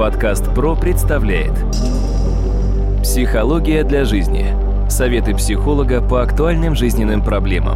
Подкаст ПРО представляет «Психология для жизни». Советы психолога по актуальным жизненным проблемам.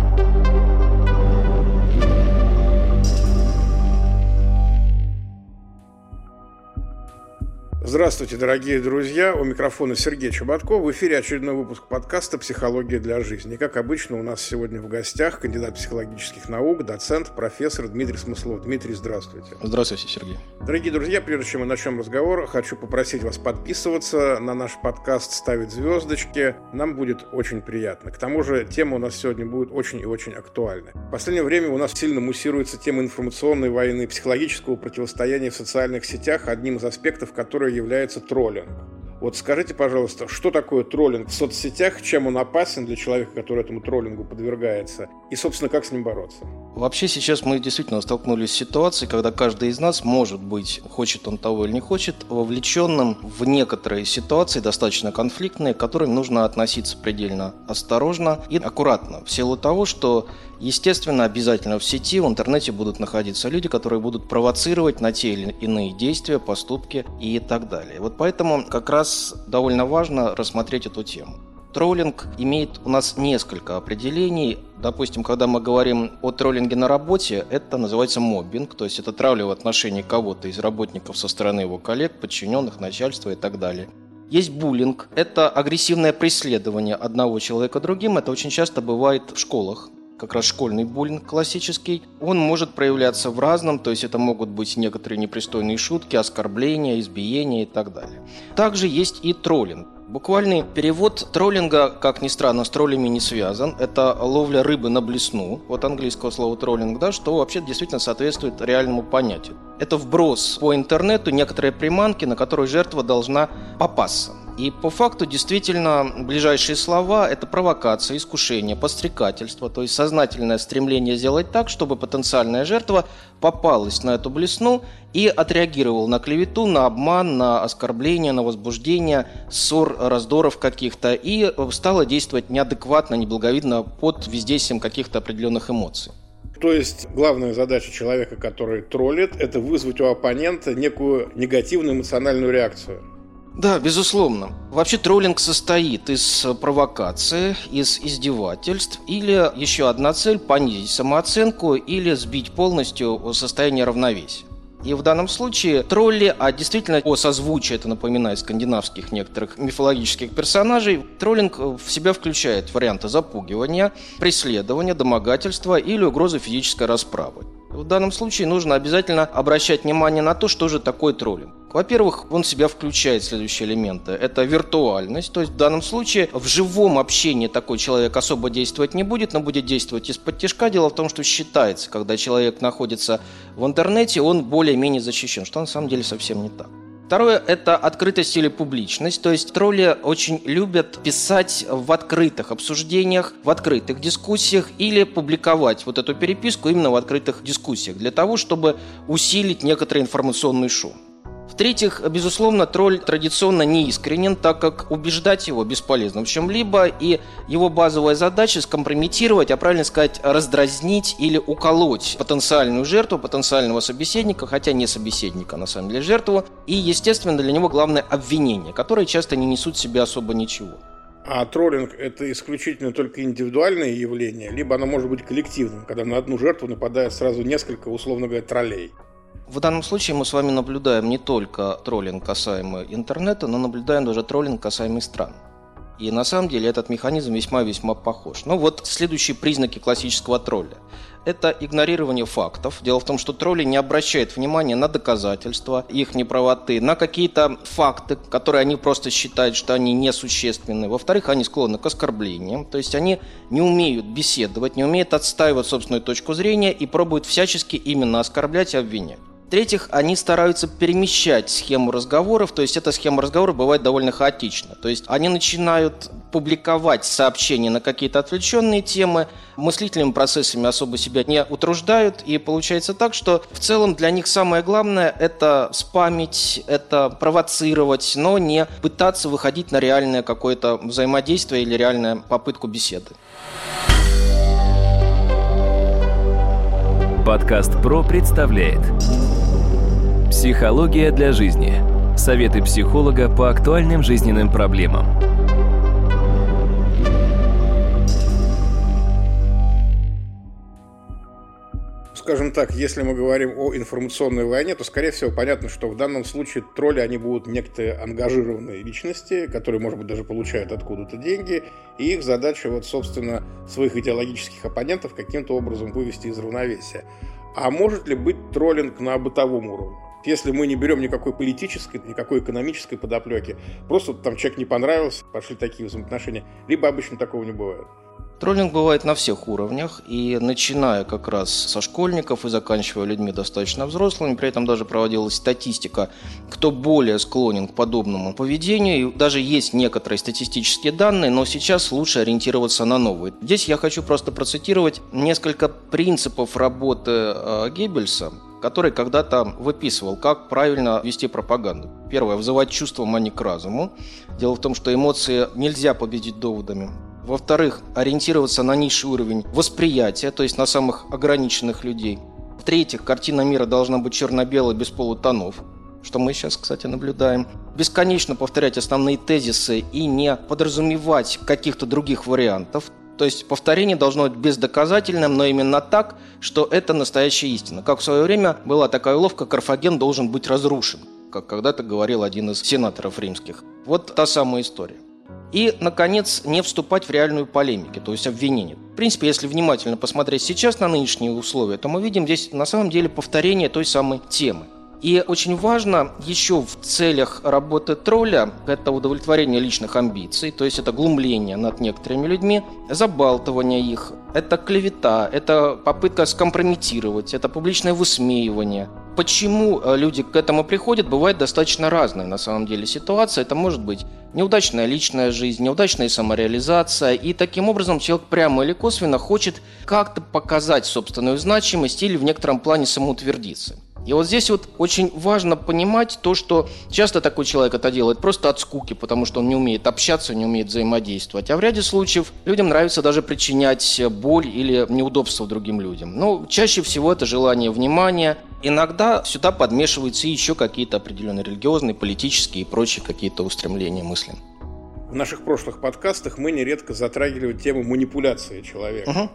Здравствуйте, дорогие друзья! У микрофона Сергей Чеботков. В эфире очередной выпуск подкаста «Психология для жизни». И, как обычно, у нас сегодня в гостях кандидат психологических наук, доцент, профессор Дмитрий Смыслов. Дмитрий, здравствуйте. Здравствуйте, Сергей. Дорогие друзья, прежде чем мы начнем разговор, хочу попросить вас подписываться на наш подкаст, ставить звездочки. Нам будет очень приятно. К тому же, тема у нас сегодня будет очень и очень актуальна. В последнее время у нас сильно муссируется тема информационной войны, психологического противостояния в социальных сетях, одним из аспектов которой является троллинг. Вот скажите, пожалуйста, что такое троллинг в соцсетях, чем он опасен для человека, который этому троллингу подвергается, и, собственно, как с ним бороться? Вообще сейчас мы действительно столкнулись с ситуацией, когда каждый из нас может быть, хочет он того или не хочет, вовлеченным в некоторые ситуации, достаточно конфликтные, к которым нужно относиться предельно осторожно и аккуратно, в силу того, что, естественно, обязательно в сети, в интернете будут находиться люди, которые будут провоцировать на те или иные действия, поступки и так далее. Вот поэтому как раз довольно важно рассмотреть эту тему. Троллинг имеет у нас несколько определений. Допустим, когда мы говорим о троллинге на работе, это называется моббинг, то есть это травля в отношении кого-то из работников со стороны его коллег, подчиненных, начальства и так далее. Есть буллинг, это агрессивное преследование одного человека другим, это очень часто бывает в школах. Как раз школьный буллинг классический, он может проявляться в разном, то есть это могут быть некоторые непристойные шутки, оскорбления, избиения и так далее. Также есть и троллинг. Буквальный перевод троллинга, как ни странно, с троллями не связан. Это ловля рыбы на блесну, от английского слова троллинг, да, что вообще действительно соответствует реальному понятию. Это вброс по интернету некоторой приманки, на которую жертва должна попасться. И по факту действительно ближайшие слова – это провокация, искушение, подстрекательство, то есть сознательное стремление сделать так, чтобы потенциальная жертва попалась на эту блесну и отреагировала на клевету, на обман, на оскорбление, на возбуждение, ссор, раздоров каких-то и стала действовать неадекватно, неблаговидно под воздействием каких-то определенных эмоций. То есть главная задача человека, который троллит, это вызвать у оппонента некую негативную эмоциональную реакцию. Да, безусловно. Вообще троллинг состоит из провокации, из издевательств или еще одна цель – понизить самооценку или сбить полностью состояние равновесия. И в данном случае тролли, а действительно по созвучию, это напоминает скандинавских некоторых мифологических персонажей, троллинг в себя включает варианты запугивания, преследования, домогательства или угрозы физической расправы. В данном случае нужно обязательно обращать внимание на то, что же такое троллинг. Во-первых, он в себя включает следующие элементы. Это виртуальность, то есть в данном случае в живом общении такой человек особо действовать не будет, но будет действовать из-под тишка. Дело в том, что считается, когда человек находится в интернете, он более-менее защищен, что на самом деле совсем не так. Второе – это открытость или публичность, то есть тролли очень любят писать в открытых обсуждениях, в открытых дискуссиях или публиковать вот эту переписку именно в открытых дискуссиях для того, чтобы усилить некоторый информационный шум. В-третьих, безусловно, тролль традиционно неискренен, так как убеждать его бесполезно в чем-либо, и его базовая задача скомпрометировать, а правильно сказать, раздразнить или уколоть потенциальную жертву, потенциального собеседника, хотя не собеседника, на самом деле жертву, и, естественно, для него главное обвинение, которое часто не несут в себе особо ничего. А троллинг – это исключительно только индивидуальное явление, либо оно может быть коллективным, когда на одну жертву нападает сразу несколько, условно говоря, троллей? В данном случае мы с вами наблюдаем не только троллинг касаемо интернета, но наблюдаем даже троллинг касаемо стран. И на самом деле этот механизм весьма-весьма похож. Но вот следующие признаки классического тролля. Это игнорирование фактов. Дело в том, что тролли не обращают внимания на доказательства их неправоты, на какие-то факты, которые они просто считают, что они несущественны. Во-вторых, они склонны к оскорблениям. То есть они не умеют беседовать, не умеют отстаивать собственную точку зрения и пробуют всячески именно оскорблять и обвинять. В-третьих, они стараются перемещать схему разговоров, то есть эта схема разговора бывает довольно хаотична. То есть они начинают публиковать сообщения на какие-то отвлеченные темы, мыслительными процессами особо себя не утруждают, и получается так, что в целом для них самое главное – это спамить, это провоцировать, но не пытаться выходить на реальное какое-то взаимодействие или реальную попытку беседы. Подкаст ПРО представляет «Психология для жизни». Советы психолога по актуальным жизненным проблемам. Скажем так, если мы говорим о информационной войне, то, скорее всего, понятно, что в данном случае тролли, они будут некоторые ангажированные личности, которые, может быть, даже получают откуда-то деньги, и их задача, вот, собственно, своих идеологических оппонентов каким-то образом вывести из равновесия. А может ли быть троллинг на бытовом уровне? Если мы не берем никакой политической, никакой экономической подоплеки, просто там человек не понравился, пошли такие взаимоотношения, либо обычно такого не бывает. Троллинг бывает на всех уровнях, и начиная как раз со школьников и заканчивая людьми достаточно взрослыми, при этом даже проводилась статистика, кто более склонен к подобному поведению, и даже есть некоторые статистические данные, но сейчас лучше ориентироваться на новые. Здесь я хочу просто процитировать несколько принципов работы Геббельса, который когда-то выписывал, как правильно вести пропаганду. Первое – взывать чувством, а не к разуму. Дело в том, что эмоции нельзя победить доводами. Во-вторых, ориентироваться на низший уровень восприятия, то есть на самых ограниченных людей. В-третьих, картина мира должна быть черно-белой, без полутонов, что мы сейчас, кстати, наблюдаем. Бесконечно повторять основные тезисы и не подразумевать каких-то других вариантов. То есть повторение должно быть бездоказательным, но именно так, что это настоящая истина. Как в свое время была такая уловка, Карфаген должен быть разрушен, как когда-то говорил один из сенаторов римских. Вот та самая история. И, наконец, не вступать в реальную полемику, то есть обвинение. В принципе, если внимательно посмотреть сейчас на нынешние условия, то мы видим здесь на самом деле повторение той самой темы. И очень важно еще в целях работы тролля это удовлетворение личных амбиций, то есть это глумление над некоторыми людьми, забалтывание их, это клевета, это попытка скомпрометировать, это публичное высмеивание. Почему люди к этому приходят, бывает достаточно разные на самом деле ситуации. Это может быть неудачная личная жизнь, неудачная самореализация. И таким образом человек прямо или косвенно хочет как-то показать собственную значимость или в некотором плане самоутвердиться. И вот здесь вот очень важно понимать то, что часто такой человек это делает просто от скуки, потому что он не умеет общаться, не умеет взаимодействовать. А в ряде случаев людям нравится даже причинять боль или неудобства другим людям. Но чаще всего это желание внимания. Иногда сюда подмешиваются еще какие-то определенные религиозные, политические и прочие какие-то устремления мысли. В наших прошлых подкастах мы нередко затрагивали тему манипуляции человека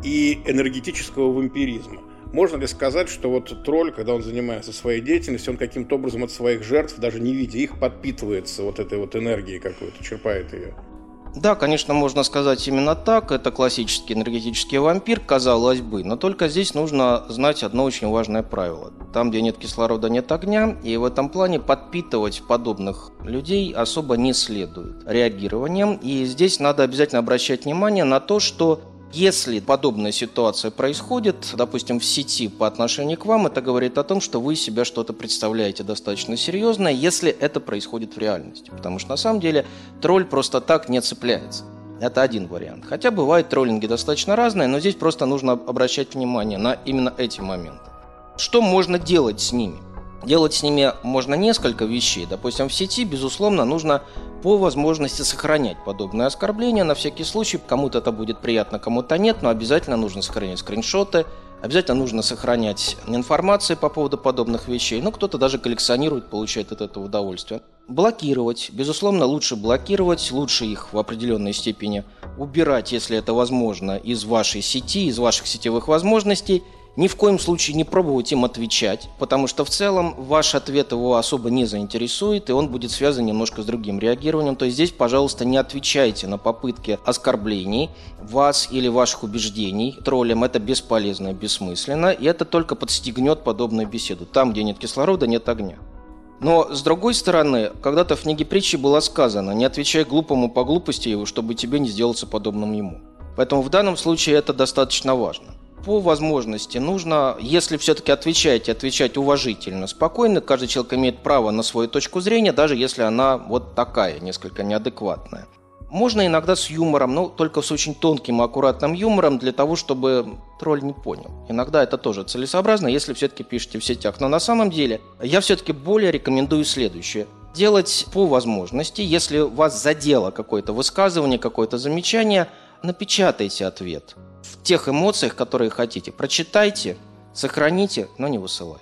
и энергетического вампиризма. Можно ли сказать, что вот тролль, когда он занимается своей деятельностью, он каким-то образом от своих жертв, даже не видя их, подпитывается вот этой вот энергией какой-то, черпает ее? Да, конечно, можно сказать именно так. Это классический энергетический вампир, казалось бы. Но только здесь нужно знать одно очень важное правило. Там, где нет кислорода, нет огня. И в этом плане подпитывать подобных людей особо не следует реагированием. И здесь надо обязательно обращать внимание на то, что если подобная ситуация происходит, допустим, в сети по отношению к вам, это говорит о том, что вы себя что-то представляете достаточно серьезное, если это происходит в реальности. Потому что на самом деле тролль просто так не цепляется. Это один вариант. Хотя бывают троллинги достаточно разные, но здесь просто нужно обращать внимание на именно эти моменты. Что можно делать с ними? Делать с ними можно несколько вещей. Допустим, в сети, безусловно, нужно по возможности сохранять подобные оскорбления. На всякий случай, кому-то это будет приятно, кому-то нет, но обязательно нужно сохранять скриншоты, обязательно нужно сохранять информацию по поводу подобных вещей. Ну, кто-то даже коллекционирует, получает от этого удовольствие. Блокировать. Безусловно, лучше блокировать, лучше их в определенной степени убирать, если это возможно, из вашей сети, из ваших сетевых возможностей. Ни в коем случае не пробовать им отвечать, потому что в целом ваш ответ его особо не заинтересует, и он будет связан немножко с другим реагированием. То есть здесь, пожалуйста, не отвечайте на попытки оскорблений вас или ваших убеждений троллям. Это бесполезно, бессмысленно, и это только подстегнет подобную беседу. Там, где нет кислорода, нет огня. Но, с другой стороны, когда-то в книге притчи было сказано: не отвечай глупому по глупости его, чтобы тебе не сделаться подобным ему. Поэтому в данном случае это достаточно важно. По возможности нужно, если все-таки отвечаете, отвечать уважительно, спокойно. Каждый человек имеет право на свою точку зрения, даже если она вот такая, несколько неадекватная. Можно иногда с юмором, но только с очень тонким и аккуратным юмором, для того, чтобы тролль не понял. Иногда это тоже целесообразно, если все-таки пишете в сетях. Но на самом деле я все-таки более рекомендую следующее. Делать по возможности, если вас задело какое-то высказывание, какое-то замечание, напечатайте ответ в тех эмоциях, которые хотите. Прочитайте, сохраните, но не высылайте.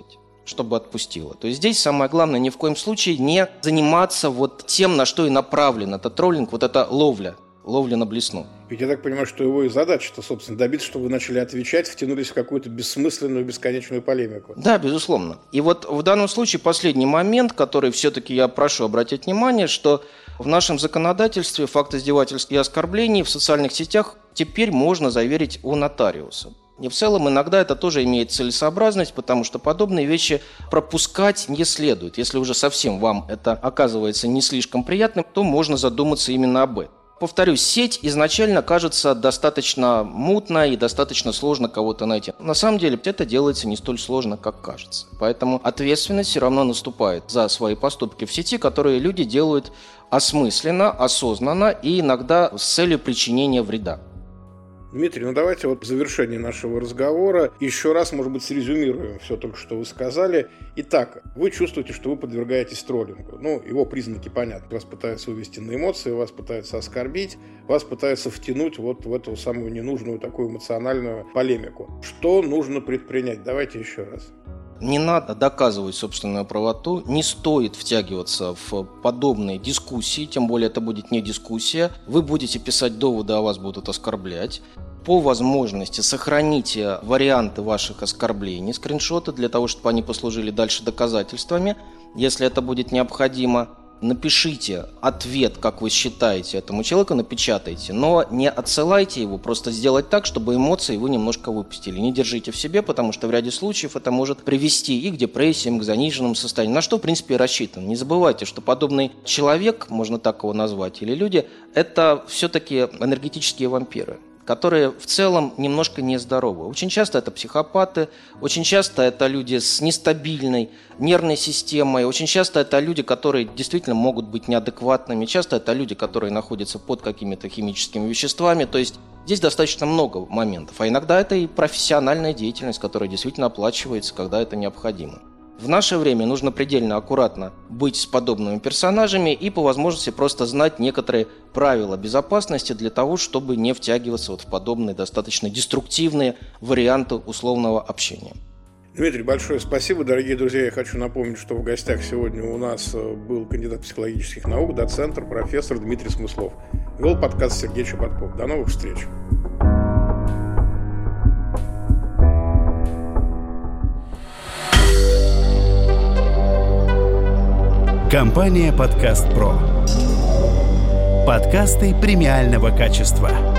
чтобы отпустило. То есть здесь самое главное ни в коем случае не заниматься вот тем, на что и направлен этот троллинг, вот эта ловля на блесну. Ведь я так понимаю, что его и задача-то, собственно, добиться, чтобы вы начали отвечать, втянулись в какую-то бессмысленную, бесконечную полемику. Да, безусловно. И вот в данном случае последний момент, который все-таки я прошу обратить внимание, что в нашем законодательстве факт издевательств и оскорблений в социальных сетях теперь можно заверить у нотариуса. И в целом иногда это тоже имеет целесообразность, потому что подобные вещи пропускать не следует. Если уже совсем вам это оказывается не слишком приятным, то можно задуматься именно об этом. Повторюсь, сеть изначально кажется достаточно мутной и достаточно сложно кого-то найти. На самом деле это делается не столь сложно, как кажется. Поэтому ответственность все равно наступает за свои поступки в сети, которые люди делают осмысленно, осознанно и иногда с целью причинения вреда. Дмитрий, давайте в завершении нашего разговора еще раз, может быть, срезюмируем все только что вы сказали. Итак, вы чувствуете, что вы подвергаетесь троллингу. Его признаки понятны. Вас пытаются вывести на эмоции, вас пытаются оскорбить, вас пытаются втянуть в эту самую ненужную такую эмоциональную полемику. Что нужно предпринять? Давайте еще раз. Не надо доказывать собственную правоту, не стоит втягиваться в подобные дискуссии, тем более это будет не дискуссия. Вы будете писать доводы, а вас будут оскорблять. По возможности сохраните варианты ваших оскорблений, скриншоты, для того, чтобы они послужили дальше доказательствами, если это будет необходимо. Напишите ответ, как вы считаете, этому человеку, напечатайте, но не отсылайте его, просто сделать так, чтобы эмоции вы немножко выпустили. Не держите в себе, потому что в ряде случаев это может привести и к депрессиям, к заниженному состоянию, на что, в принципе, и рассчитано. Не забывайте, что подобный человек, можно так его назвать, или люди, это все-таки энергетические вампиры, которые в целом немножко нездоровы. Очень часто это психопаты, очень часто это люди с нестабильной нервной системой, очень часто это люди, которые действительно могут быть неадекватными, часто это люди, которые находятся под какими-то химическими веществами, то есть здесь достаточно много моментов, а иногда это и профессиональная деятельность, которая действительно оплачивается, когда это необходимо. В наше время нужно предельно аккуратно быть с подобными персонажами и по возможности просто знать некоторые правила безопасности для того, чтобы не втягиваться в подобные достаточно деструктивные варианты условного общения. Дмитрий, большое спасибо. Дорогие друзья, я хочу напомнить, что в гостях сегодня у нас был кандидат психологических наук, доцент, профессор Дмитрий Смыслов. Вел подкаст Сергей Чеботков. До новых встреч. Компания «Подкаст Про». Подкасты премиального качества.